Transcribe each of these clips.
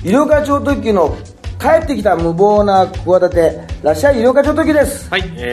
医療課長特急の帰ってきた無謀な企て、らっしゃい医療課長特急です。 はい、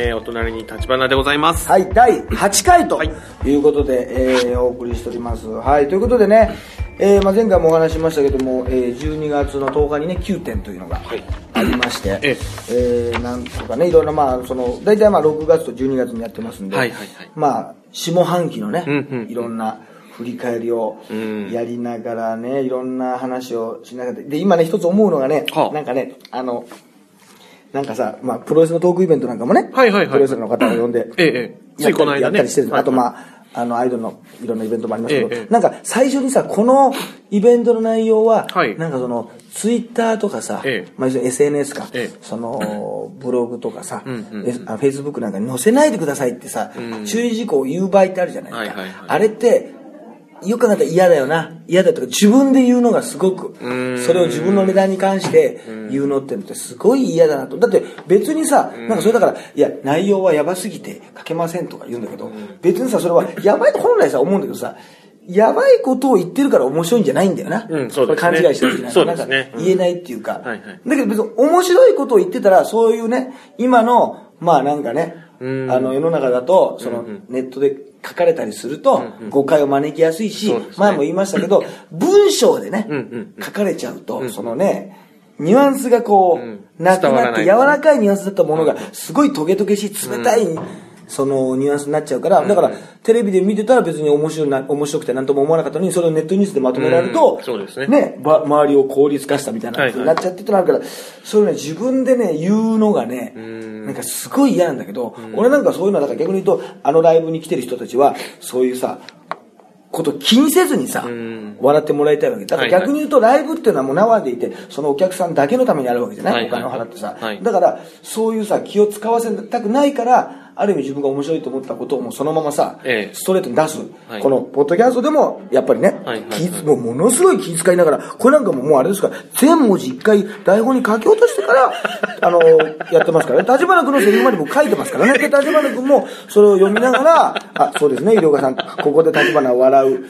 お隣に立花でございます。 はい、第8回ということで、お送りしております。はい、ということでね、前回もお話ししましたけども、12月の10日にね9点というのがありまして、なんとかねいろいろ大体6月と12月にやってますんで、下半期のね、いろんな振り返りをやりながらね、いろんな話をしながらで、今ね一つ思うのがね、なんかねなんかさ、プロレスのトークイベントなんかもね、プロレスの方を呼んでやったりしてる。あとアイドルのいろんなイベントもありますけど、なんか最初にさ、このイベントの内容は、なんかツイッターとかさ、SNS か、ブログとかさ、フェイスブックなんかに載せないでくださいってさ、注意事項を言う場合ってあるじゃないですか。あれって、よく考えたら嫌だよな。嫌だとか、自分で言うのがすごく、それを自分の値段に関して言うのってすごい嫌だなと。だって別にさ、なんかそれだから、いや、内容はやばすぎて書けませんとか言うんだけど、別にさ、それはやばいと本来さ、思うんだけどさ、やばいことを言ってるから面白いんじゃないんだよな。 そうですね。 勘違いしてるじゃないですか。なんか言えないっていうか。だけど別に面白いことを言ってたら、そういうね、今の、なんかね、世の中だと、ネットで書かれたりすると、誤解を招きやすいし、前も言いましたけど、文章でね、書かれちゃうと、ニュアンスがなくなって、柔らかいニュアンスだったものが、すごいトゲトゲしい、冷たい、ニュアンスになっちゃうから、だから、テレビで見てたら別に面白くて何とも思わなかったのに、それをネットニュースでまとめられると、ね、周りを効率化したみたいな風になっちゃってってなるから、それね、自分でね、言うのがね、なんかすごい嫌なんだけど、俺なんかそういうのは、だから逆に言うと、ライブに来てる人たちは、そういうさ、こと気にせずにさ、笑ってもらいたいわけだから逆に言うとライブっていうのはもう生でいてそのお客さんだけのためにあるわけじゃない、お金を払ってさ、だからそういうさ気を使わせたくないからある意味自分が面白いと思ったことをもうそのままさ、ストレートに出す、このポッドキャストでもやっぱりね、もうものすごい気遣いながらこれなんかもうあれですから全文字一回台本に書き落としてからやってますからね。立花君のセリフまでも書いてますからね。で立花君もそれを読みながらそうですね、医療家さんここで立花は笑う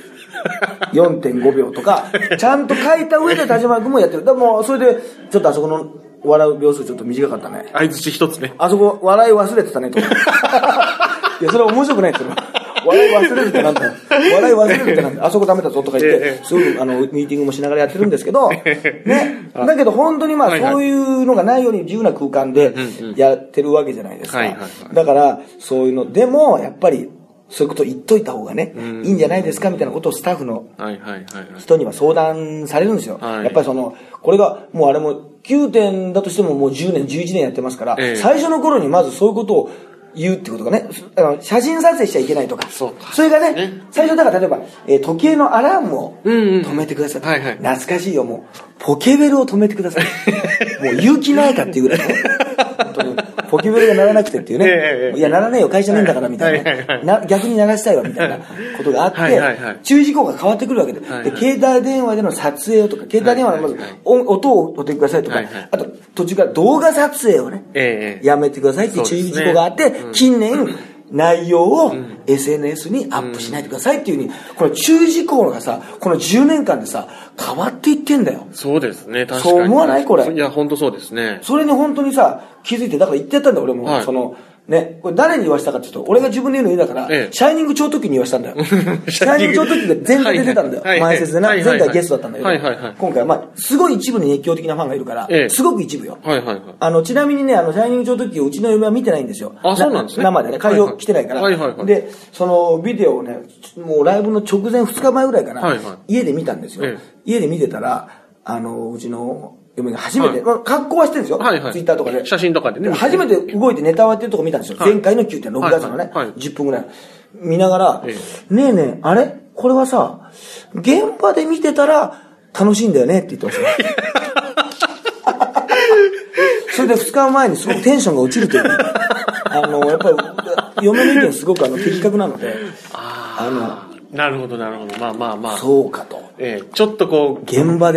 4.5 秒とかちゃんと書いた上で立花君もやってる。でもそれでちょっとあそこの笑う秒数ちょっと短かったね。 相槌一つね。 あそこ笑い忘れてたねとかいやそれは面白くないって言うの。笑い忘れるってなんだよ。笑い忘れるってなんだよ。あそこダメだぞとか言ってすぐミーティングもしながらやってるんですけどね。だけど本当にそういうのがないように自由な空間でやってるわけじゃないですか。だからそういうのでもやっぱりそういうこと言っといた方がね、いいんじゃないですかみたいなことをスタッフの人には相談されるんですよ。やっぱりこれがもうあれも9点だとしてももう10年11年やってますから、最初の頃にまずそういうことを言うってことがね、写真撮影しちゃいけないとか、それがね、最初だから例えば、時計のアラームを止めてください。懐かしいよ、もうポケベルを止めてください。もう勇気ないかっていうぐらいね。本当にポケベルが鳴らなくてっていうね、いや鳴らねえよ会社ねえんだからみたいな、逆に鳴らしたいわみたいなことがあって注意事項が変わってくるわけで、携帯電話での撮影とか携帯電話のまず音を取ってくださいとか、あと途中から動画撮影をねやめてくださいっていう注意事項があって、近年内容を SNS にアップしないでくださいっていう風に、この注意事項がさ、この10年間でさ変わっていってんだよ。 そうですね、確かに。 そう思わないこれ。 いや本当そうですね。 それに本当にさ気づいて、だから言ってやったんだ俺も、ね、これ誰に言わしたかっていうと、俺が自分で言うのいいだから、シャイニング超特急に言わしたんだよ。シャイニング超特急で全体で出たんだよ。前説でな。前回ゲストだったんだけど、今回はすごい一部に熱狂的なファンがいるから、すごく一部よ。ちなみにね、シャイニング超特急うちの嫁は見てないんですよ。 そうなんですね。 生でね、会場来てないから。で、そのビデオをね、もうライブの直前2日前ぐらいかな、家で見たんですよ。家で見てたら、うちの嫁が初めて、格好はしてるんですよ。ツイッターとかで。 写真とかでね。 初めて動いてネタをやってるとこ見たんですよ。前回の9.6月のね、10分ぐらい。見ながら、ねえねえ、あれこれはさ、現場で見てたら楽しいんだよねって言ってましたよ。それで2日前にすごくテンションが落ちるという。やっぱり、嫁の意見すごく的確なので、 なるほどなるほど。まあ。 そうかと。 ちょっとこう現場で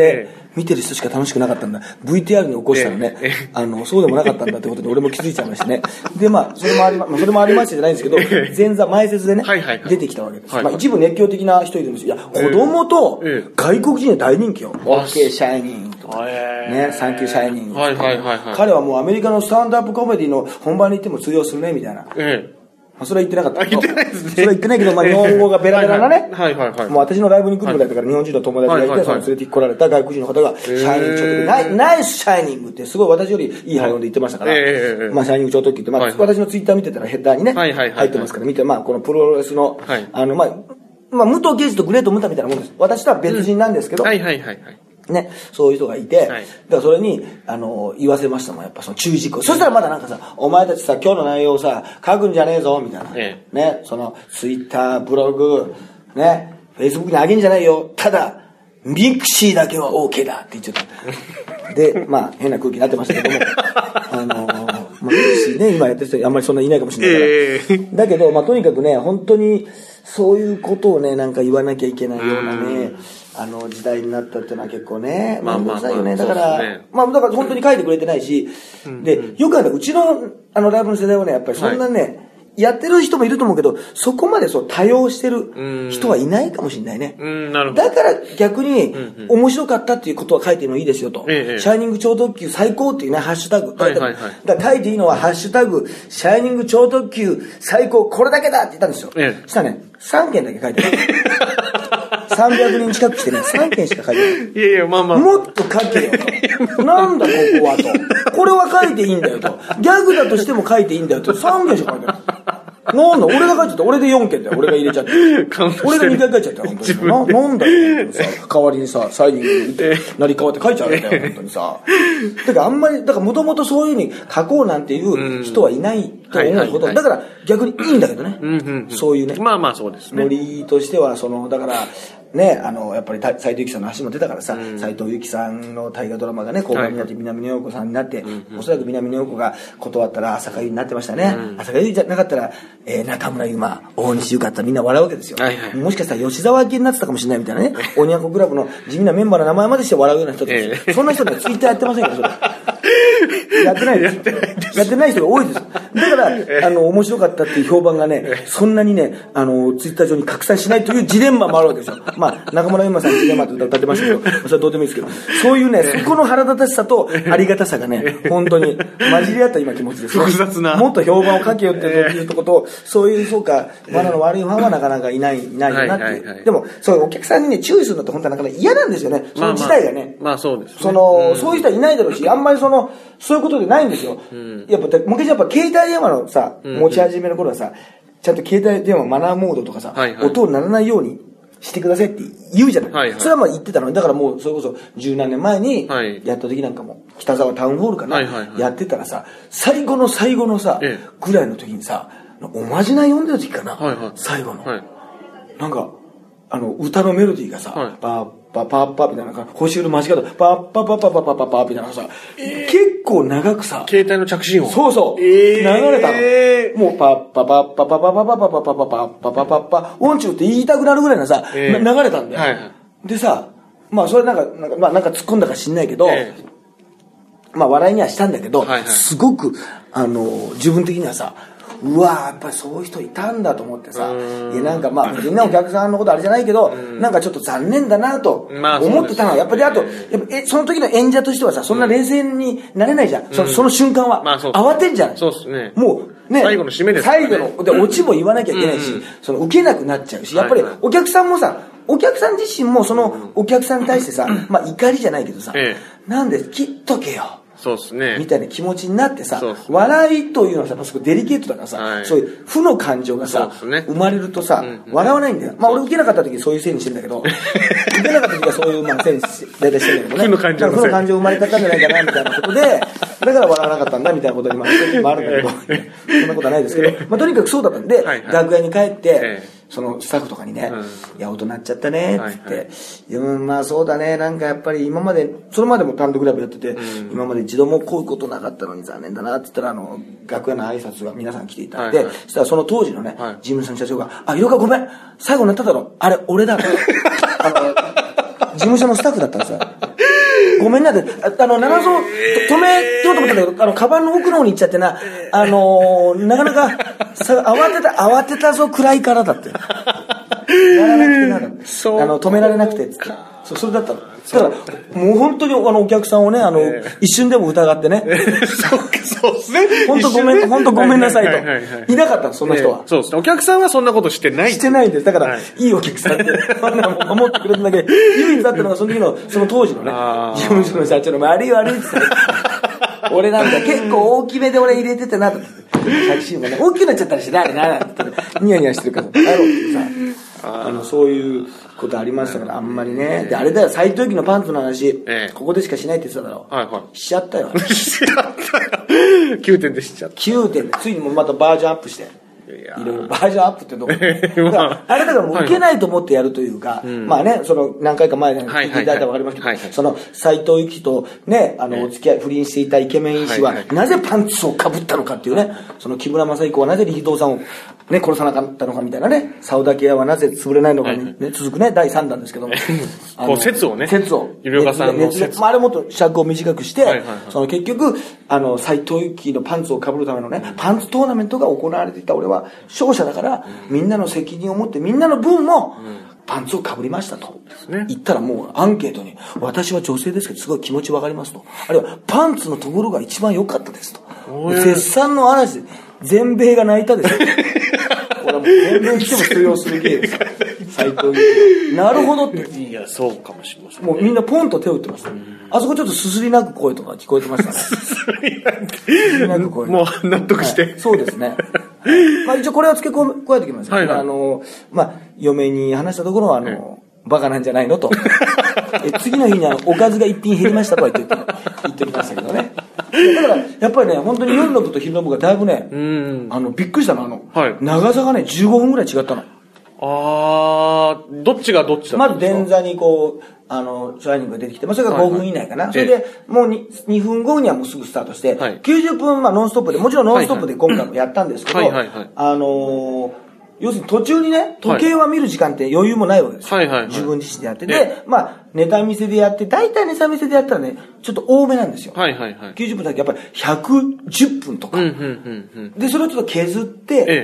見てる人しか楽しくなかったんだ。VTR に起こしたらね、そうでもなかったんだってことに俺も気づいちゃいましたね。で、まあ、それもありましてじゃないんですけど、前座、前説でね、出てきたわけです。まあ、一部熱狂的な人いるんですよ。いや、子供と外国人は大人気よ。OK、シャイニングとか、ね、サンキューシャイニングとか。彼はもうアメリカのスタンドアップコメディの本番に行っても通用するね、みたいな。それは言ってなかったけど。 言ってないですね。 それは言ってないけど、まあ日本語がベラベラなね。 もう私のライブに来るぐらいだから日本人の友達がいて、その連れてこられた外国人の方が、シャイニング超特急、ナイスシャイニングってすごい私よりいい配音で言ってましたから、まあシャイニング超特急って、まあ私のツイッター見てたらヘッダーにね、入ってますから見て、まあこのプロレスの、まあ武藤敬司とグレートムタみたいなもんです。私とは別人なんですけど、ね、そういう人がいて、だからそれに、言わせましたもん、やっぱその注意事項。そしたらまだなんかさ、お前たちさ、今日の内容をさ、書くんじゃねえぞ、みたいな。ね、その、ツイッター、ブログ、ね、フェイスブックに上げんじゃないよ。ただ、ミクシーだけは OK だって言っちゃった。で、まあ、変な空気になってましたけども、ミクシーね、今やってる人あんまりそんないないかもしれないから。だけど、まあ、とにかくね、本当に、そういうことをね、なんか言わなきゃいけないようなね、時代になったっていうのは結構ね、めんどくさいよね。だから、まあ、だから本当に書いてくれてないし、で、よくうちの、ライブの世代はね、やっぱりそんなね、やってる人もいると思うけど、そこまでそう多用してる人はいないかもしれないね。だから逆に、面白かったっていうことは書いてもいいですよと。シャイニング超特急最高っていうね、ハッシュタグ。だから書いていいのは、ハッシュタグ、シャイニング超特急最高、これだけだって言ったんですよ。そしたらね、3件だけ書いてある。300人近く来てね、3件しか書いてない。 いやいや、まあまあ。 もっと書けよと。なんだここはと。これは書いていいんだよと。ギャグだとしても書いていいんだよと。3件しか書いてない。なんだ俺が書いちゃった。俺で4件だよ。俺が入れちゃって。俺が2回書いちゃったよ。本当に。なんだよ。代わりにさ、サイニングで成り代わって書いちゃうんだよ。本当にさ。だからあんまり、だからもともとそういう風に書こうなんていう人はいないと思うこと。だから逆にいいんだけどね。そういうね。 まあまあそうですね。 ノリとしては、だから、ね、やっぱり斉藤由貴さんの話も出たからさ、斉藤由貴さんの大河ドラマがね、公開になって南野陽子さんになって、おそらく南野陽子が断ったら朝香ゆになってましたね。朝香ゆじゃなかったら、中村ゆま、大西ゆかったらみんな笑うわけですよ。もしかしたら吉沢明になってたかもしれないみたいなね、おにゃんこクラブの地味なメンバーの名前までして笑うような人です。そんな人ね、ツイッターやってませんから、それ。やってないです。やってない人が多いです。だから、面白かったっていう評判がね、そんなにね、ツイッター上に拡散しないというジレンマもあるわけですよ。まあ、中村ゆまさんジレンマって歌ってましたけど、それはどうでもいいですけど、そういうね、そこの腹立たしさとありがたさがね、本当に混じり合った今気持ちですね。 複雑な。 もっと評判を書けよっていうとこと、そういう、そうか、マナの悪いファンはなかなかいないよなっていう。でも、そういうお客さんにね、注意するのって本当はなかなか嫌なんですよね。その自体がね。 まあそうです。 そういう人はいないだろうし、あんまりそういうことでないんですよ。やっぱ、昔やっぱ携帯電話のさ、持ち始めの頃はさ、ちゃんと携帯電話マナーモードとかさ、音にならないようにしてくださいって言うじゃない。それはまあ言ってたのに、だからもうそれこそ十何年前にやった時なんかも、北沢タウンホールかな、やってたらさ、最後の最後のさ、ぐらいの時にさ、おまじない読んでる時かな、最後の。なんか、歌のメロディーがさ、パッパッパみたいな、星降る間違った、パッパッパッパッパッパッパッパみたいなさ、結構長くさ、 携帯の着信音。 そうそう、流れたの。もうパッパパッパパパパパパパパパパパパパパッパ、音中って言いたくなるぐらいのさ、流れたんだよ。でさ、まあそれなんか突っ込んだか知んないけど、まあ笑いにはしたんだけど、すごく、自分的にはさ、うわーやっぱりそういう人いたんだと思ってさ、いやなんかまあみんなお客さんのことあれじゃないけど、なんかちょっと残念だなと思ってたのはやっぱり、あとその時の演者としてはさ、そんな冷静になれないじゃん、その瞬間は慌てんじゃん。 そうですね。 もうね、 最後の締めですからね。 最後のでオチも言わなきゃいけないし、受けなくなっちゃうし、やっぱりお客さんもさ、お客さん自身もそのお客さんに対してさ、まあ怒りじゃないけどさ、なんで切っとけよそうですね。 みたいな気持ちになってさ、笑いというのはさ、すごいデリケートだからさ、そういう負の感情がさ、生まれるとさ、笑わないんだよ。まあ俺受けなかった時そういうせいにしてんだけど、受けなかった時はそういうまあせいに大体してんだけどね。負の感情生まれたんじゃないかなみたいなことで、だから笑わなかったんだみたいなことにもあるんだけど、そんなことはないですけど、まあとにかくそうだったんで、楽屋に帰って、そのスタッフとかにね、いや、大人になっちゃったね、って言って、まあそうだね、なんかやっぱり今まで、それまでも単独ライブやってて、今まで一度もこういうことなかったのに残念だな、って言ったら、楽屋の挨拶が皆さん来ていただいて、そしたらその当時のね、事務所の社長が、あ、色川ごめん、最後になっただろ、あれ、俺だ、事務所のスタッフだったんですよ。 ごめんなって、長蔵、止めようと思ったんだけど、カバンの奥の方に行っちゃってな、なかなか、慌てたぞくらいからだって。やらなくてなだって。止められなくてって。それだったの。だから、もう本当にお客さんをね、一瞬でも疑ってね。 そうですね。 本当ごめんなさいと。いなかったの、そんな人は。 そうですね。お客さんはそんなことしてない。 してないんです。だから、いいお客さんって、守ってくれただけ、唯一だったのがその時の、その当時のね、事務所の社長の悪い悪いって言って。俺なんか結構大きめで俺入れててなと思って。100シーンもね、大きくなっちゃったりしてないな、なんてニヤニヤしてるから、やろうってさ、そういうことありましたから、あんまりね。で、あれだよ、斎藤由貴のパンツの話、ここでしかしないって言ってただろ。 はいはい。 しちゃったよ。 しちゃったよ。9点でしちゃった。 9点で、ついにもまたバージョンアップして。いろいろバージョンアップってどこあれだからもう受けないと思ってやるというか、まあね、何回か前に聞いていただいたらわかりますけど、その斎藤由貴とね、お付き合い、不倫していたイケメン医師は、なぜパンツを被ったのかっていうね、その木村正彦はなぜ力道さんをね、殺さなかったのかみたいなね、沢田家はなぜ潰れないのかにね、続くね、第3弾ですけども。 こう説をね。 説を。 ゆりおかさんの説。 あれもっと尺を短くして、その結局、斎藤由貴のパンツを被るためのね、パンツトーナメントが行われていた俺は勝者だから、みんなの責任を持ってみんなの分もパンツを被りましたと言ったら、もうアンケートに私は女性ですけどすごい気持ちわかりますと、あるいはパンツのところが一番良かったですと、絶賛の嵐で全米が泣いたですこれはもう全米来ても通用する芸です斎藤由貴なるほどって。 いや、そうかもしれません。 もうみんなポンと手を打ってました。あそこちょっとすすり泣く声とか聞こえてましたね。すすり泣く声。 もう納得して。 そうですね。まあ一応これは付け加えてきますけど、まあ嫁に話したところはバカなんじゃないのと。次の日におかずが一品減りましたとは言ってきましたけどね。だからやっぱりね、本当に夜の部と昼の部がだいぶね、びっくりしたの、長さがね15分ぐらい違ったの。 どっちがどっちだったんですか？ まず前座にこうシャイニングが出てきて、まあ、それが5分以内かな。それでもう 2分後にはもうすぐスタートして、90分、まあノンストップで、もちろんノンストップで今回もやったんですけど、要するに途中にね、時計は見る時間って余裕もないわけですよ。自分自身でやってて、まあ、ネタ見せでやって、大体ネタ見せでやったらね、ちょっと多めなんですよ。90分だけやっぱり110分とか。で、それをちょっと削って、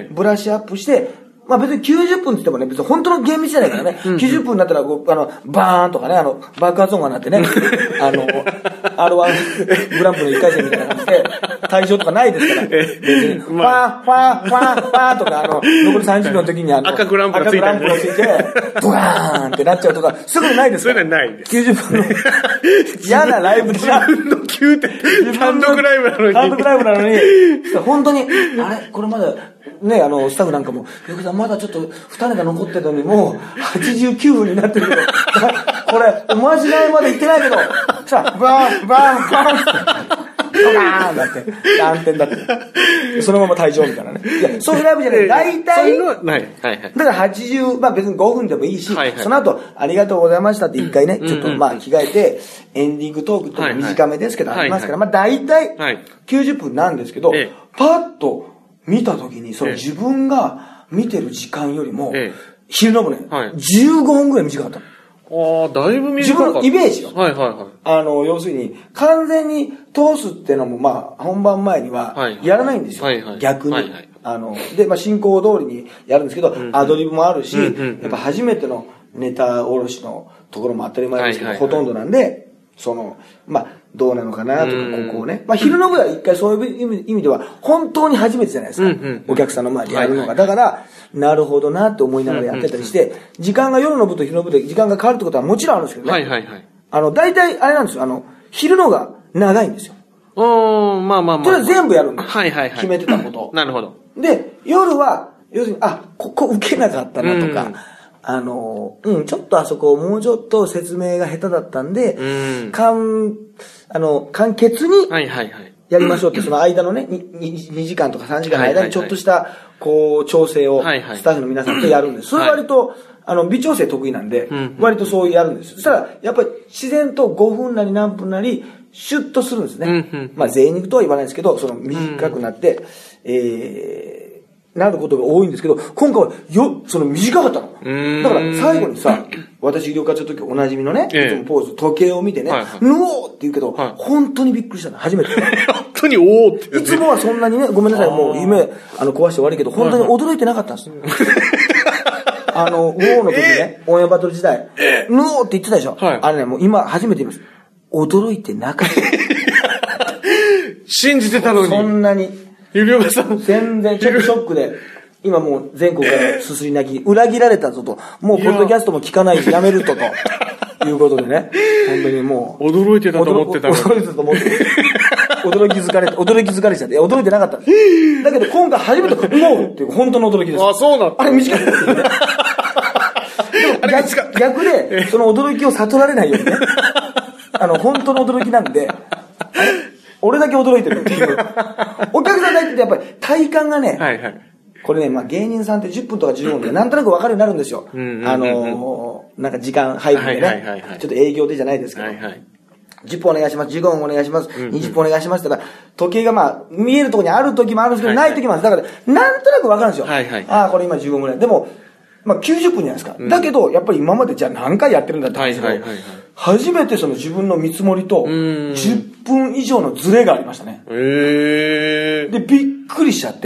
ブラッシュアップして、まあ別に90分って言ってもね、別に本当の厳密じゃないからね、90分になったらこう、バーンとかね、爆発音が鳴ってね、R1 グランプリの1回戦みたいな感じで、退場とかないですから、別に、ファー、ファー、ファー、ファーとか、残り30秒の時に赤グランプがついて、ブガーンってなっちゃうとか、すぐないですから。 それはないです。 90分の、嫌なライブで自分の9点、単独ライブなのに。 単独ライブなのに、本当に、あれこれまだ、ね、スタッフなんかも、よくさんまだちょっと2ネタ残ってるのに、もう89分になってるけど、これ、おまじないまで行ってないけど、さあ、バーン、バーン、バーンって、バーンだって、何点だって、そのまま退場みたいなね。いや、そういうライブじゃない、大体、だから80、まあ別に5分でもいいし、その後、ありがとうございましたって一回ね、ちょっとまあ着替えて、エンディングトークって短めですけど、ありますから、まあ大体90分なんですけど、パッと、見たときに、その自分が見てる時間よりも、昼の部ね、15分ぐらい短かったの。 だいぶ短かった。 自分のイメージよ。 はい。 要するに、完全に通すってのも、まあ、本番前には、やらないんですよ。逆に。で、まあ、進行通りにやるんですけど、アドリブもあるし、やっぱ初めてのネタ下ろしのところも当たり前ですけど、ほとんどなんで、まあ、どうなのかなとか、ここをね。まあ、昼の部は一回そういう意味では、本当に初めてじゃないですか。お客さんの前でやるのが。だから、なるほどなって思いながらやってたりして、時間が夜の部と昼の部で時間が変わるってことはもちろんあるんですけどね。大体、あれなんですよ。昼のが長いんですよ。 まあ。 それは全部やるんです。決めてたことを。 なるほど。で、 夜は、要するに、ここ受けなかったなとか、ちょっとあそこもうちょっと説明が下手だったんで、簡潔にやりましょうって、その間のね、2時間とか3時間の間にちょっとした、こう、調整をスタッフの皆さんとやるんです。それ割と、微調整得意なんで、割とそうやるんです。そしたら、やっぱり自然と5分なり何分なり、シュッとするんですね。まあ、贅肉とは言わないですけど、短くなって、 なることが多いんですけど、今回はその短かったの。だから最後にさ、私医療課長の時おなじみのね、いつもポーズ、時計を見てね、ぬおーって言うけど、本当にびっくりしたの、初めて。 本当におーって。 いつもはそんなにね、ごめんなさい、もう夢、壊して終わりけど、本当に驚いてなかったんです。ウォーの時ね、オンエアバトル時代、ぬおーって言ってたでしょ。あれね、もう今初めて言います。驚いてなかった。 信じてたのに。 そんなに。 指岡さん。 全然、ちょっとショックで、今もう全国からすすり泣き、裏切られたぞと、もうポッドキャストも聞かないでやめると、いうことでね、本当にもう。 驚いてたと思ってたのに。 驚いてたと思って驚き疲れちゃって、驚いてなかった。だけど今回初めて、もうっていう本当の驚きです。 あ、そうなの。 あれ短いですよね。逆で、その驚きを悟られないようにね。本当の驚きなんで、俺だけ驚いてるっていう。お客さんだけってやっぱり体感がね、これね、まあ芸人さんって10分とか15分でなんとなく分かるようになるんですよ。なんか時間配分でね、ちょっと営業でじゃないですけど。10分お願いします、15分お願いします、20分お願いしますって言ったら、時計がまあ、見えるところにある時もあるんですけど、ない時もあるんです。だから、なんとなく分かるんですよ。ああ、これ今15分ぐらい。でも、まあ90分じゃないですか。だけど、やっぱり今までじゃあ何回やってるんだって話ですけど、初めてその自分の見積もりと、10分以上のズレがありましたね。で、びっくりしちゃって、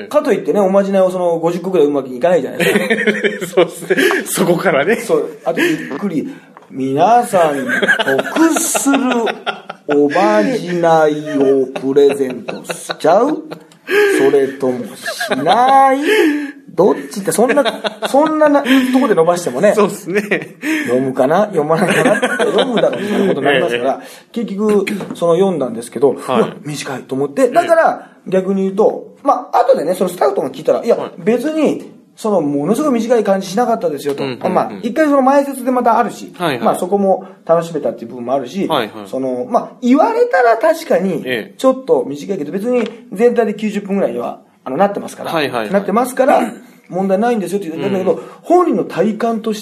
かといってね、おまじないをその50個ぐらいうまくいかないじゃないですか。 そうですね。そこからね。 そう。あとびっくり、皆さんに得するおまじないをプレゼントしちゃう？それともしないどっちってそんなとこで伸ばしてもね。 そうですね。 読むかな読まないかなって読むだろうみたいなことになりますから、結局、読んだんですけど、短いと思って、だから逆に言うと、まあ、後でね、そのスタッフとか聞いたら、いや、別に、ものすごい短い感じしなかったですよと。まあ、一回前説でまたあるし、まあそこも楽しめたっていう部分もあるし、まあ、言われたら確かに、ちょっと短いけど、別に全体で90分ぐらいには、なってますから、なってますから、問題ないんですよって言ってたんだけど、本人の体感として、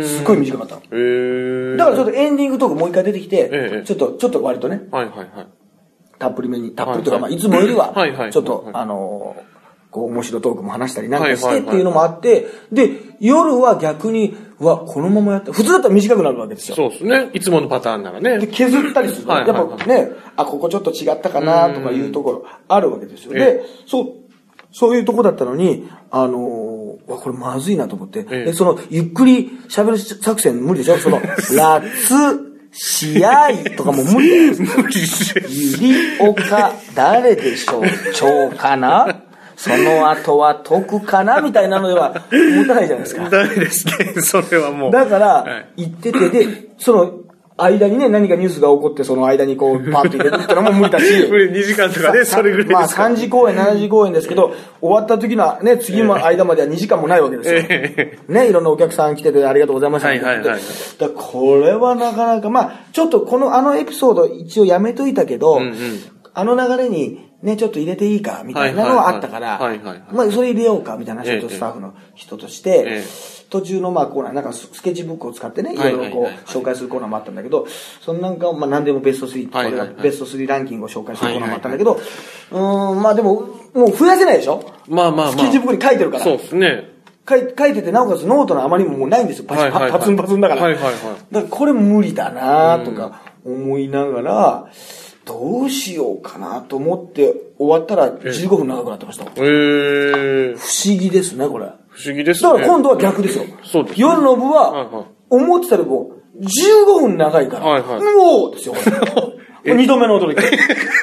すっごい短かったの。だからちょっとエンディングトークもう一回出てきて、ちょっと割とね、たっぷりめに、たっぷりとか、まあいつもよりは、ちょっと、面白トークも話したりなんかしてっていうのもあって、で、夜は逆に、このままやった。普通だったら短くなるわけですよ。 そうですね。いつものパターンならね。 で、削ったりすると、やっぱね、ここちょっと違ったかなとかいうところあるわけですよ。で、そういうとこだったのに、これまずいなと思って。で、ゆっくり喋る作戦無理でしょラツ、試合とかも無理だよ。 無理ですよ。 ゆりおか、誰でしょう蝶かなその後は得かなみたいなのでは持たないじゃないですか。 ダメですね。それはもう。 だから、言ってて、で、間にね、何かニュースが起こって、その間にこう、パッと入れるってのも無理だし。 2時間とかね、それぐらいですか。まあ3時公演、7時公演ですけど、終わった時のね、次の間までは2時間もないわけですよ。ね、いろんなお客さん来ててありがとうございましたって言って。だからこれはなかなか、まあ、ちょっとエピソード一応やめといたけど、流れに、ね、ちょっと入れていいかみたいなのはあったから、まあ、それ入れようかみたいな話をスタッフの人として、途中のまあコーナー、なんかスケッチブックを使ってね、いろいろこう紹介するコーナーもあったんだけど、そのなんか、まあ何でもベスト3、これがベスト3ランキングを紹介するコーナーもあったんだけど、まあでも、もう増やせないでしょ？ まあ。 スケッチブックに書いてるから。 そうですね。 書いてて、なおかつノートのあまりももうないんですよ。パツンパツンだから。だからこれ無理だなとか思いながら、どうしようかなと思って終わったら15分長くなってました。不思議ですね、これ。 不思議ですね。 だから今度は逆ですよ。 そうです。 夜の部は、思ってたよりも15分長いから、うおーですよ、これ。2度目の驚き。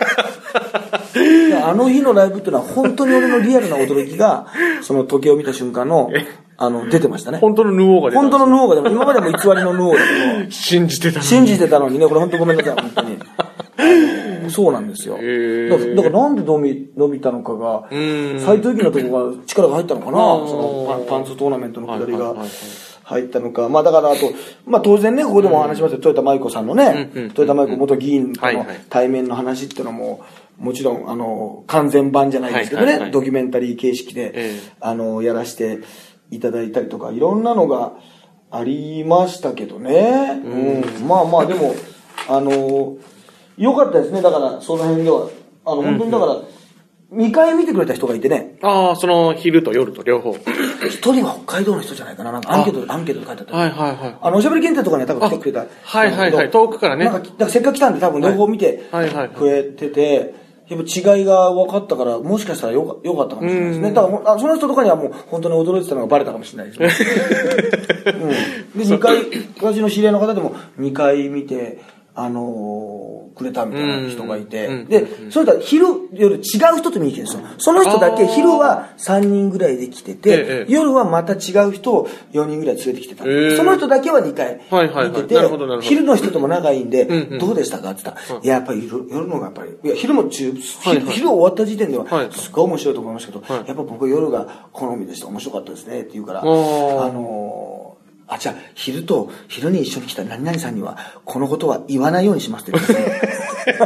あの日のライブっていうのは本当に俺のリアルな驚きが、その時計を見た瞬間の、出てましたね。 本当のヌオーが出た。 本当のヌオーが出た。今までも偽りのヌオーだけど。 信じてたのにね、これ本当ごめんなさい、本当に。そうなんですよ。だからなんで伸びたのかが、斎藤由貴のとこが力が入ったのかな、パンツトーナメントの下りが入ったのか。まあだからあと、まあ当然ね、ここでもお話しますよ、豊田舞子さんのね、豊田舞子元議員との対面の話っていうのも、もちろん、完全版じゃないですけどね、ドキュメンタリー形式で、やらせていただいたりとか、いろんなのがありましたけどね。まあでも、良かったですね。だから、その辺では。本当にだから、 2回見てくれた人がいてね。 ああ、その昼と夜と両方。 一人は北海道の人じゃないかな。なんかアンケートで書いてあった。 はいはいはい。 おしゃべり検定とかには多分来てくれた。 はいはいはい。遠くからね。 なんかせっかく来たんで多分両方見てくれてて、やっぱ違いが分かったから、もしかしたらよかったかもしれないですね。だからその人とかにはもう本当に驚いてたのがバレたかもしれないですね。で、2回、私の知り合いの方でも2回見て、くれたみたいな人がいて、で、それとは昼、夜違う人と見に来てるんですよ。その人だけ昼は3人ぐらいで来てて、夜はまた違う人を4人ぐらい連れてきてた。その人だけは2回見てて、昼の人とも仲いいんで、どうでしたかって言ったら、やっぱり夜のがやっぱり、いや、昼終わった時点では、すごい面白いと思いましたけど、やっぱ僕夜が好みでした。面白かったですねって言うから、じゃあ、昼に一緒に来た何々さんには、このことは言わないようにしますって言ってですね。だ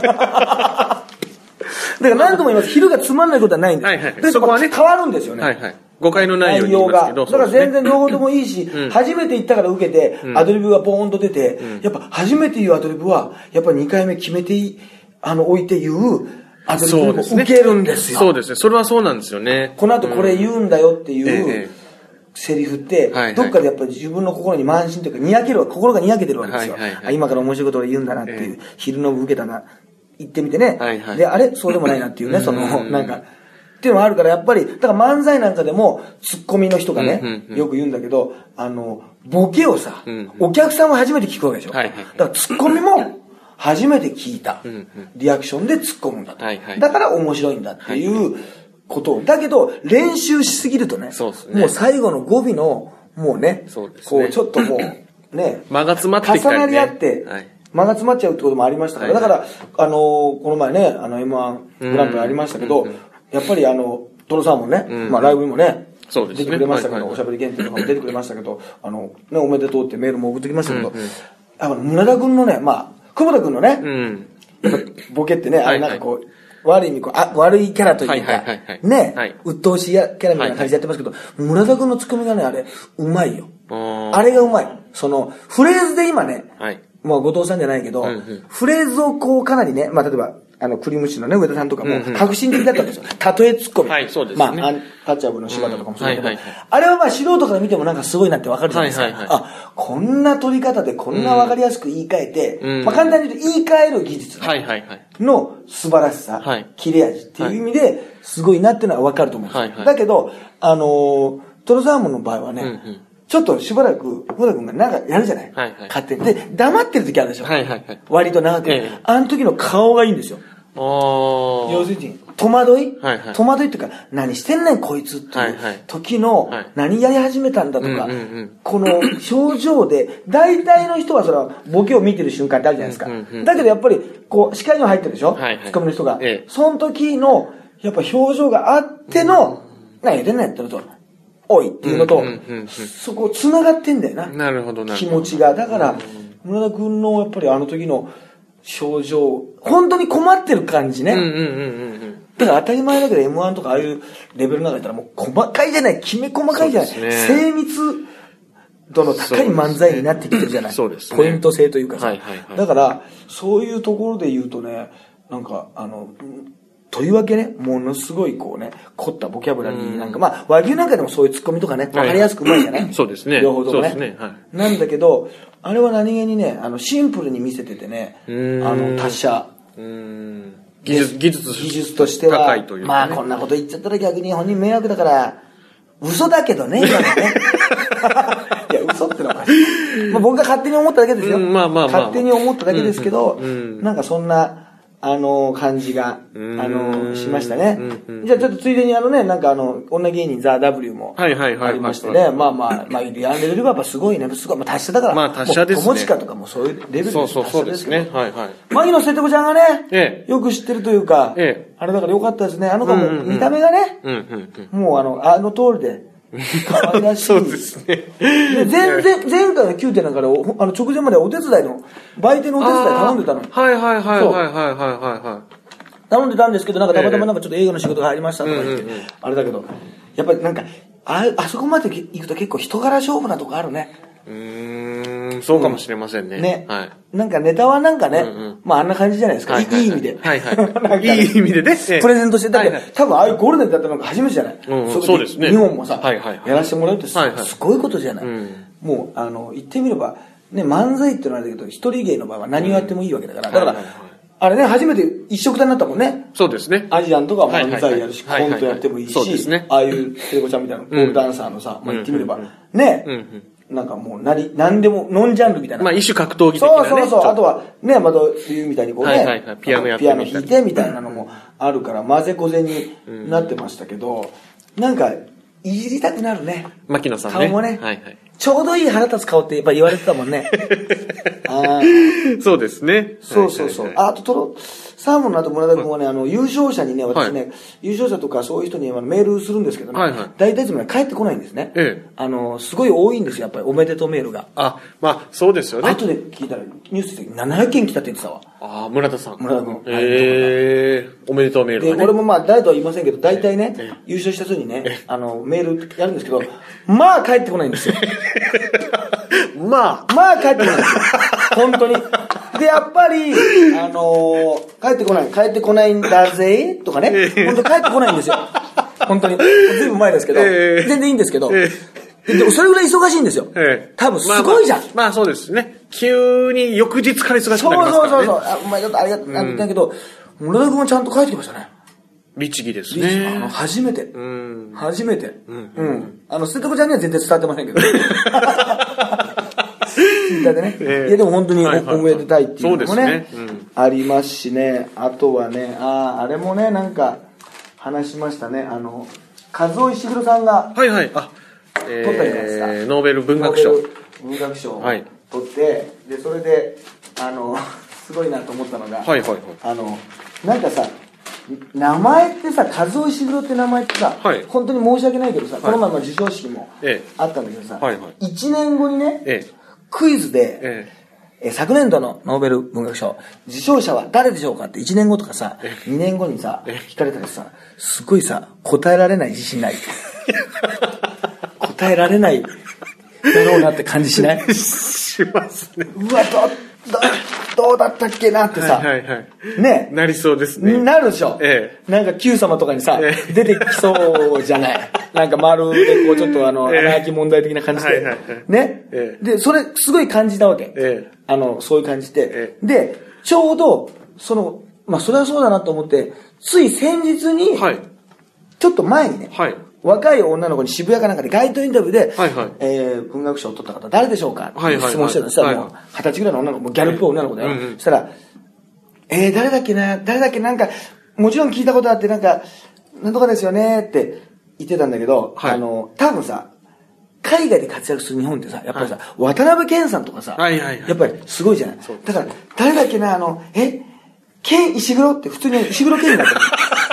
から何度も言います。昼がつまんないことはないんです。はいはい。で、そこはね、変わるんですよね。 はいはい。誤解のないように言いますけど。 だから全然両方ともいいし、初めて言ったから受けて、アドリブがポーンと出て、やっぱ初めて言うアドリブは、やっぱ2回目決めて置いて言う、アドリブも受けるんですよ。 そうですね。それはそうなんですよね。 この後これ言うんだよっていう、セリフって、どっかでやっぱり自分の心に慢心というか、心がにやけてるわけですよ。今から面白いことを言うんだなっていう、昼の部受けたな、言ってみてね。で、あれそうでもないなっていうね、なんか、っていうのがあるから、やっぱり、だから漫才なんかでも、ツッコミの人がね、よく言うんだけど、ボケをさ、お客さんは初めて聞くわけでしょ。だからツッコミも、初めて聞いた、リアクションで突っ込むんだと。だから面白いんだっていう、ことだけど練習しすぎるとね、もう最後の語尾のもうね、こうちょっともうね間が詰まってきたりね、 重なり合って間が詰まっちゃうってこともありましたから、だからこの前ねM1 グランプリありましたけど、やっぱりトロサーモンね、ライブにもね出てくれましたけど、おしゃべり限定とかも出てくれましたけど、ねおめでとうってメールも送ってきましたけど、村田君のね、久保田君のねボケってね、なんかこう悪い意味悪いキャラというか、ね、鬱陶しいキャラみたいな感じでやってますけど、村田君のツッコミがね、あれ、うまいよ。あれがうまい。フレーズで今ね、もう後藤さんじゃないけど、フレーズをこうかなりね、例えば、クリームシチューのね、上田さんとかも、革新的だったんですよ。例えツッコミ。 はい、そうですね。 アンタッチャブルの柴田とかもそうだけど、あれは素人から見てもなんかすごいなってわかるじゃないですか。こんな取り方でこんなわかりやすく言い換えて、簡単に言うと言い換える技術の素晴らしさ、切れ味っていう意味ですごいなっていうのはわかると思うんですよ。だけど、トロサーモンの場合はね、ちょっとしばらく、小田君がなんかやるじゃない、勝手に。で、黙ってる時あるでしょ。割と長く。あの時の顔がいいんですよ。要するに、戸惑いっていうか、何してんねんこいつっていう時の、何やり始めたんだとか、この表情で、大体の人はそれはボケを見てる瞬間ってあるじゃないですか。だけどやっぱり、こう、視界には入ってるでしょ、ツッコミの人が。その時の、やっぱ表情があっての、何言ってんねんって言うと、おいっていうのと、そこ繋がってんだよな。 なるほどな。 気持ちが。だから、村田くんのやっぱりあの時の表情、本当に困ってる感じね。だから当たり前だけど M1 とかああいうレベルの中だったらもう細かいじゃない、きめ細かいじゃない。精密度の高い漫才になってきてるじゃない。ポイント制というかさ。だから、そういうところで言うとね、なんか、とりわけね、ものすごいこうね、凝ったボキャブラリーなんか、和牛なんかでもそういうツッコミとかね、わかりやすくうまいじゃない、 そうですね。 両方ともね。なんだけど、あれは何気にね、シンプルに見せててね、達者。 技術としては、 高いというか、 こんなこと言っちゃったら逆に本人迷惑だから、嘘だけどね、今のね。いや、嘘ってのはおかしい。僕が勝手に思っただけですよ。勝手に思っただけですけど、なんかそんな、感じが、しましたね。じゃあちょっとついでになんか女芸人ザ・ W もありましてね。やんでるばやっぱすごいね。すごい、達者だから。 達者ですね。 友近とかもそういうレベルでそうですね。 牧野瀬戸子ちゃんがね、よく知ってるというか、あれだからよかったですね。子も見た目がね、もう通りで、可愛らしい。 そうですね。 前回の9点なんかで、直前までお手伝いの、売店のお手伝い頼んでたの。頼んでたんですけど、なんかたまたまなんかちょっと映画の仕事が入りましたとか言って、あれだけど、やっぱりなんか、あそこまで行くと結構人柄勝負なとこあるね。 そうかもしれませんね。 ね。はい。なんかネタはなんかね、まああんな感じじゃないですか。いい意味で。 はいはい。いい意味でね。 プレゼントして、だって多分ああいうゴールデンだったのが初めてじゃない。 そうですね。 日本もさ、やらせてもらうってすごいことじゃない。もう、言ってみれば、ね、漫才ってのはあれだけど、一人芸の場合は何をやってもいいわけだから。だから、あれね、初めて一緒くたになったもんね。 そうですね。 アジアンとか漫才やるし、コントやってもいいし、ああいうテレコちゃんみたいなポールダンサーのさ、まあ言ってみれば、ね、なんかもう何でも、ノンジャンルみたいな。 まあ一種格闘技的なね。 そう。あとは、ね、また言うみたいにこうね、 ピアノ弾いてみたいなのもあるから、混ぜこぜになってましたけど、なんか、いじりたくなるね。 牧野さんね。 顔もね。ちょうどいい腹立つ顔ってやっぱ言われてたもんね。 そうですね。 そう。あと、サーモンの後村田君はね、優勝者にね、私ね、優勝者とかそういう人にメールするんですけどね、大体いつも帰ってこないんですね。すごい多いんですよ、やっぱりおめでとうメールが。 まあ、そうですよね。 後で聞いたら、ニュースで700件来たって言ってたわ。 村田さん。 村田君。 おめでとうメールがね。 俺もまあ、誰とは言いませんけど、大体ね、優勝した人にね、メールやるんですけど、まあ帰ってこないんですよ。まあ帰ってこないんですよ。本当に。で、やっぱり、帰ってこないんだぜ、とかね。本当帰ってこないんですよ。本当に。ずいぶん前ですけど。全然いいんですけど。でもそれぐらい忙しいんですよ。多分すごいじゃん。 まあそうですね。急に翌日から忙しくなりますからね。 そう。お前ちょっとありがとうって言ったけど、村田君はちゃんと帰ってきましたね。 律儀ですね。 初めて。初めて。捨ててこちゃんには全然伝わってませんけど。ツイッターでね。いやでも本当におめでたいっていうのもね、ありますしね。あとはね、あれもね、なんか話しましたね。和尾石黒さんが。取ったじゃないですか。 ノーベル文学賞。 文学賞を取って、で、それで、すごいなと思ったのが、なんかさ、名前ってさ、和尾石黒って名前ってさ、本当に申し訳ないけどさ、この前の授賞式もあったんだけどさ、1年後にね、クイズで、昨年度のノーベル文学賞受賞者は誰でしょうかって1年後とかさ、2年後にさ、聞かれたらさ、すごいさ、答えられない自信ない。答えられないだろうなって感じしないしますね。 うわ、どうだったっけなってさ、ね、 なりそうですね。 なるでしょ。なんか Q 様とかにさ、出てきそうじゃない。なんか丸でこうちょっと穴開き問題的な感じで、ね。で、それすごい感じたわけ。そういう感じで。で、ちょうど、まあそれはそうだなと思って、つい先日に、ちょっと前にね、若い女の子に渋谷かなんかで街頭インタビューで、文学賞を取った方誰でしょうかって質問してたんですよ。もう20歳ぐらいの女の子、ギャルっぽい女の子だよ。そしたら、誰だっけなんか、もちろん聞いたことあって、なんか、なんとかですよねって言ってたんだけど、多分さ、海外で活躍する日本ってさ、やっぱりさ、渡辺謙さんとかさ、やっぱりすごいじゃない。だから、誰だっけな、健石黒って普通に石黒健になってる。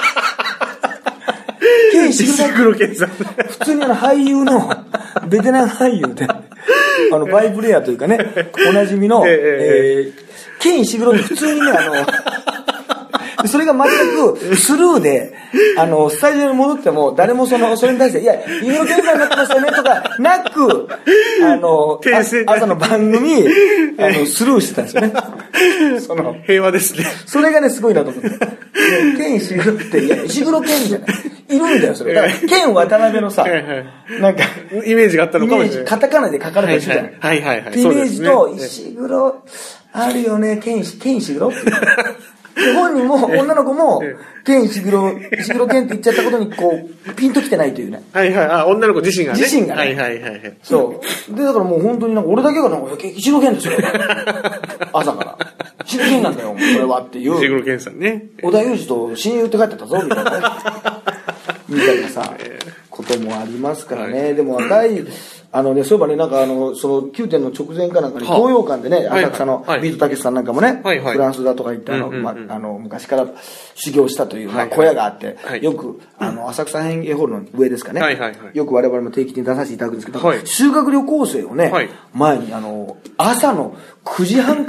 石黒健さん。普通に俳優の、ベテラン俳優で、バイプレイヤーというかね、おなじみの、健石黒って普通にね、それが全くスルーで、スタジオに戻っても、誰もそれに対して、いや、石黒健さんになってましたよね、とか、なく、朝の番組、スルーしてたんですよね。 平和ですね。 それがね、すごいなと思って。健石黒って、いや、石黒健じゃない。いるんだよ、それ。だから、健渡辺のさ、なんか、 イメージがあったのかもしれない。 カタカナで書かれたりするじゃない。イメージと、石黒、あるよね、健石黒って。本人も、女の子も、健石黒健って言っちゃったことに、こう、ピンときてないというね。 女の子自身がね。 自身がね。そう。で、だからもう本当になんか、俺だけがなんか、石黒健ですよ。朝から。石黒健なんだよ、これはっていう。 石黒健さんね。 織田裕二と親友って書いてたぞ、みたいなね。みたいなさ、こともありますからね。でも若い、そういえばね、なんか9点の直前かなんかに、東洋館でね、浅草のビートたけしさんなんかもね、フランスだとか言って、昔から修行したという、小屋があって、よく、浅草演芸ホールの上ですかね、よく我々も定期的に出させていただくんですけど、修学旅行生をね、前に朝の9時半から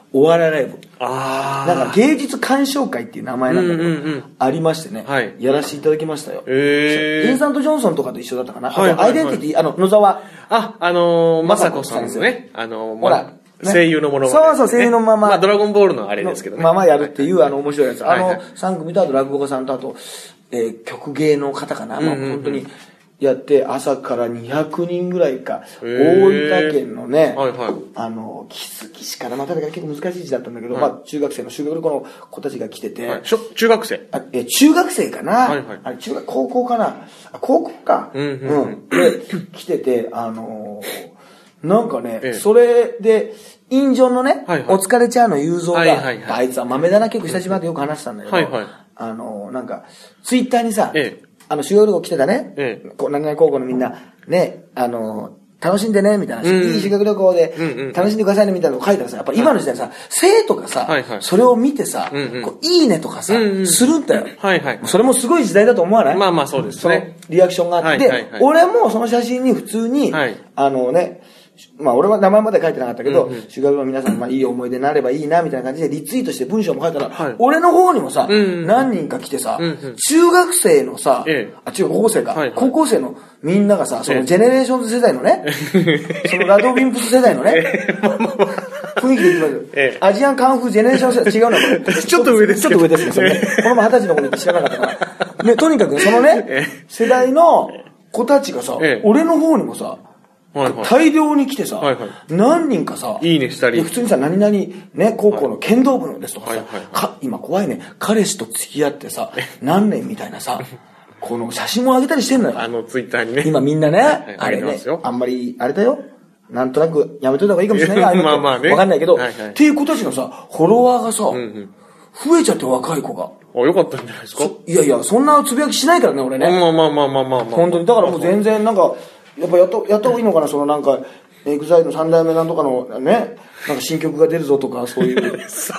お笑いライブ。 なんか芸術鑑賞会っていう名前なんだけど、ありましてね、やらせていただきましたよ。インスタントジョンソンとかと一緒だったかな。アイデンティティ、野沢。 まさこさんのね、ほら、声優のものそうそう、声優のまま。 ドラゴンボールのあれですけどね。 ままやるっていう、面白いやつ。3組とあと落語家さんとあと、曲芸の方かな。本当に。やって、朝から200人ぐらいか、大分県のね、木月市から、ただ結構難しい字だったんだけど、中学生の修学旅行の子たちが来てて、 中学生中学生かな、高校かな高校か。で、来てて、なんかね、それで、インジョンのね、お疲れちゃうの雄三が、あいつは豆だな、結構久しぶりでよく話したんだけど、なんか、ツイッターにさ、修学旅行来てたね、何々高校のみんな、ね、楽しんでね、みたいな、いい修学旅行で楽しんでくださいね、みたいなのを書いたらさ、やっぱ今の時代さ、生徒がさ、それを見てさ、いいねとかさ、するんだよ。それもすごい時代だと思わない？ まあまあそうですね。 そのリアクションがあって、俺もその写真に普通に、俺は名前まで書いてなかったけど、修学旅行の皆さん、いい思い出になればいいな、みたいな感じでリツイートして文章も書いたら、俺の方にもさ、何人か来てさ、中学生のさ、高校生か、高校生のみんながさ、そのジェネレーションズ世代のね、そのラドウィンプス世代のね、雰囲気で言ってますよ。アジアンカンフージェネレーション世代、違うな、これ。 ちょっと上ですね。ちょっと上ですね。この前20歳の子に知らなかったから。とにかくそのね、世代の子たちがさ、俺の方にもさ、大量に来てさ、何人かさ、 いいねしたり。 普通にさ、何々ね、高校の剣道部のですとかさ、今怖いね、彼氏と付き合ってさ、何年みたいなさ、この写真を上げたりしてんのよ。 ツイッターにね。 今みんなね、あれね、あんまり、あれだよ。なんとなくやめといた方がいいかもしれないよ。 まあまあね。 わかんないけど、っていう子たちのさ、フォロワーがさ、増えちゃって若い子が。 よかったんじゃないですか？ いやいや、そんなつぶやきしないからね、俺ね。 まあ。 本当に、だからもう全然なんか、やっぱやった方がいいのかな、そのなんか、エグザイルの3代目なんとかのね、なんか新曲が出るぞとか、そういう。ジェネレーシ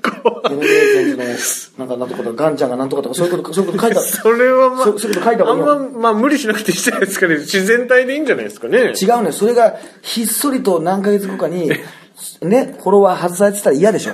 ョンズの、なんとかとか、ガンちゃんがなんとかとか、そういうこと書いた。 それはそういうこと書いた方がいい。 あんま無理しなくていいじゃないですかね。自然体でいいんじゃないですかね。 違うね。それが、ひっそりと何ヶ月後かに、ね、フォロワー外されてたら嫌でしょ。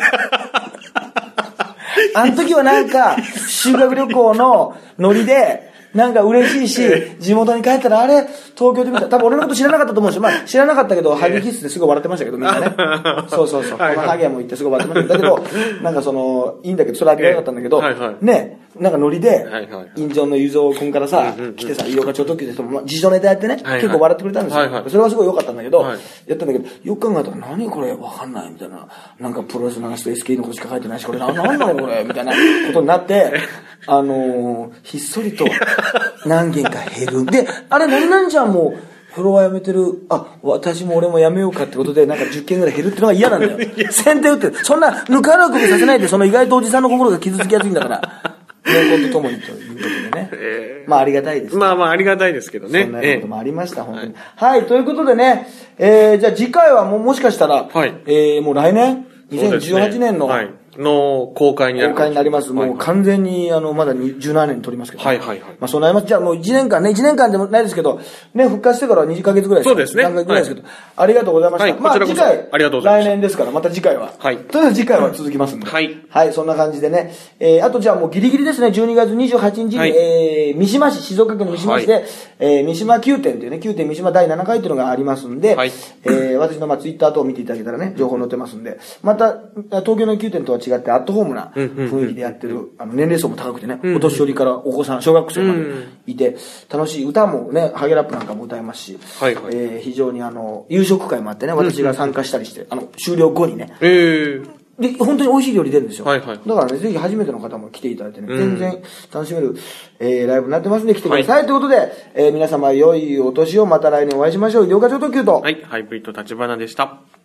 あの時はなんか、修学旅行のノリで、なんか嬉しいし、地元に帰ったら、あれ、東京で見た。多分俺のこと知らなかったと思うんですよ。知らなかったけど、ハゲキッスですごい笑ってましたけど、みんなね。そう。このハゲも言ってすごい笑ってましたけど、なんかいいんだけど、それはあげなかったんだけど、ね、なんかノリで、インジョンの雄三君からさ、来てさ、医療課長特急で、自助ネタやってね、結構笑ってくれたんですよ。それはすごい良かったんだけど、やったんだけど、よく考えたら、何これわかんないみたいな。なんかプロレスの話と SK のことしか書いてないし、これなんなのこれみたいなことになって、ひっそりと何件か減る。で、あれ何々ちゃんもフォロワーやめてる。私も俺もやめようかってことで、なんか10件ぐらい減るってのが嫌なんだよ。先手打ってる。そんなぬかるくさせないで、その意外とおじさんの心が傷つきやすいんだから。年功とともにということでね。ありがたいです。 まあありがたいですけどね。 そんなこともありました、本当に。はい、ということでね、じゃあ次回はもしかしたら、もう来年2018年の公開になります。もう完全に、まだ17年に撮りますけど。そうなります。じゃあもう1年間ね、1年間でもないですけど、ね、復活してから2ヶ月ぐらいです。 そうですね。 3ヶ月ぐらいですけど、ありがとうございました。次回、 ありがとうございます。 来年ですから、また次回は。とりあえず次回は続きますんで。はい、そんな感じでね。あとじゃあもうギリギリですね、12月28日に、三島市、静岡県の三島市で、三島9点というね、9点三島第7回というのがありますんで、私のツイッター等を見ていただけたらね、情報載ってますんで、また、東京の9点とは違ってアットホームな雰囲気でやってる、年齢層も高くてね、お年寄りからお子さん、小学生までいて、楽しい歌もね、ハゲラップなんかも歌えますし、非常に夕食会もあってね、私が参加したりして、終了後にね、で、本当に美味しい料理出るんですよ。だからね、ぜひ初めての方も来ていただいてね、全然楽しめる、ライブになってますんで来てください。ということで、皆様良いお年をまた来年お会いしましょう。医療課長特急と。 ハイブリッド立花でした。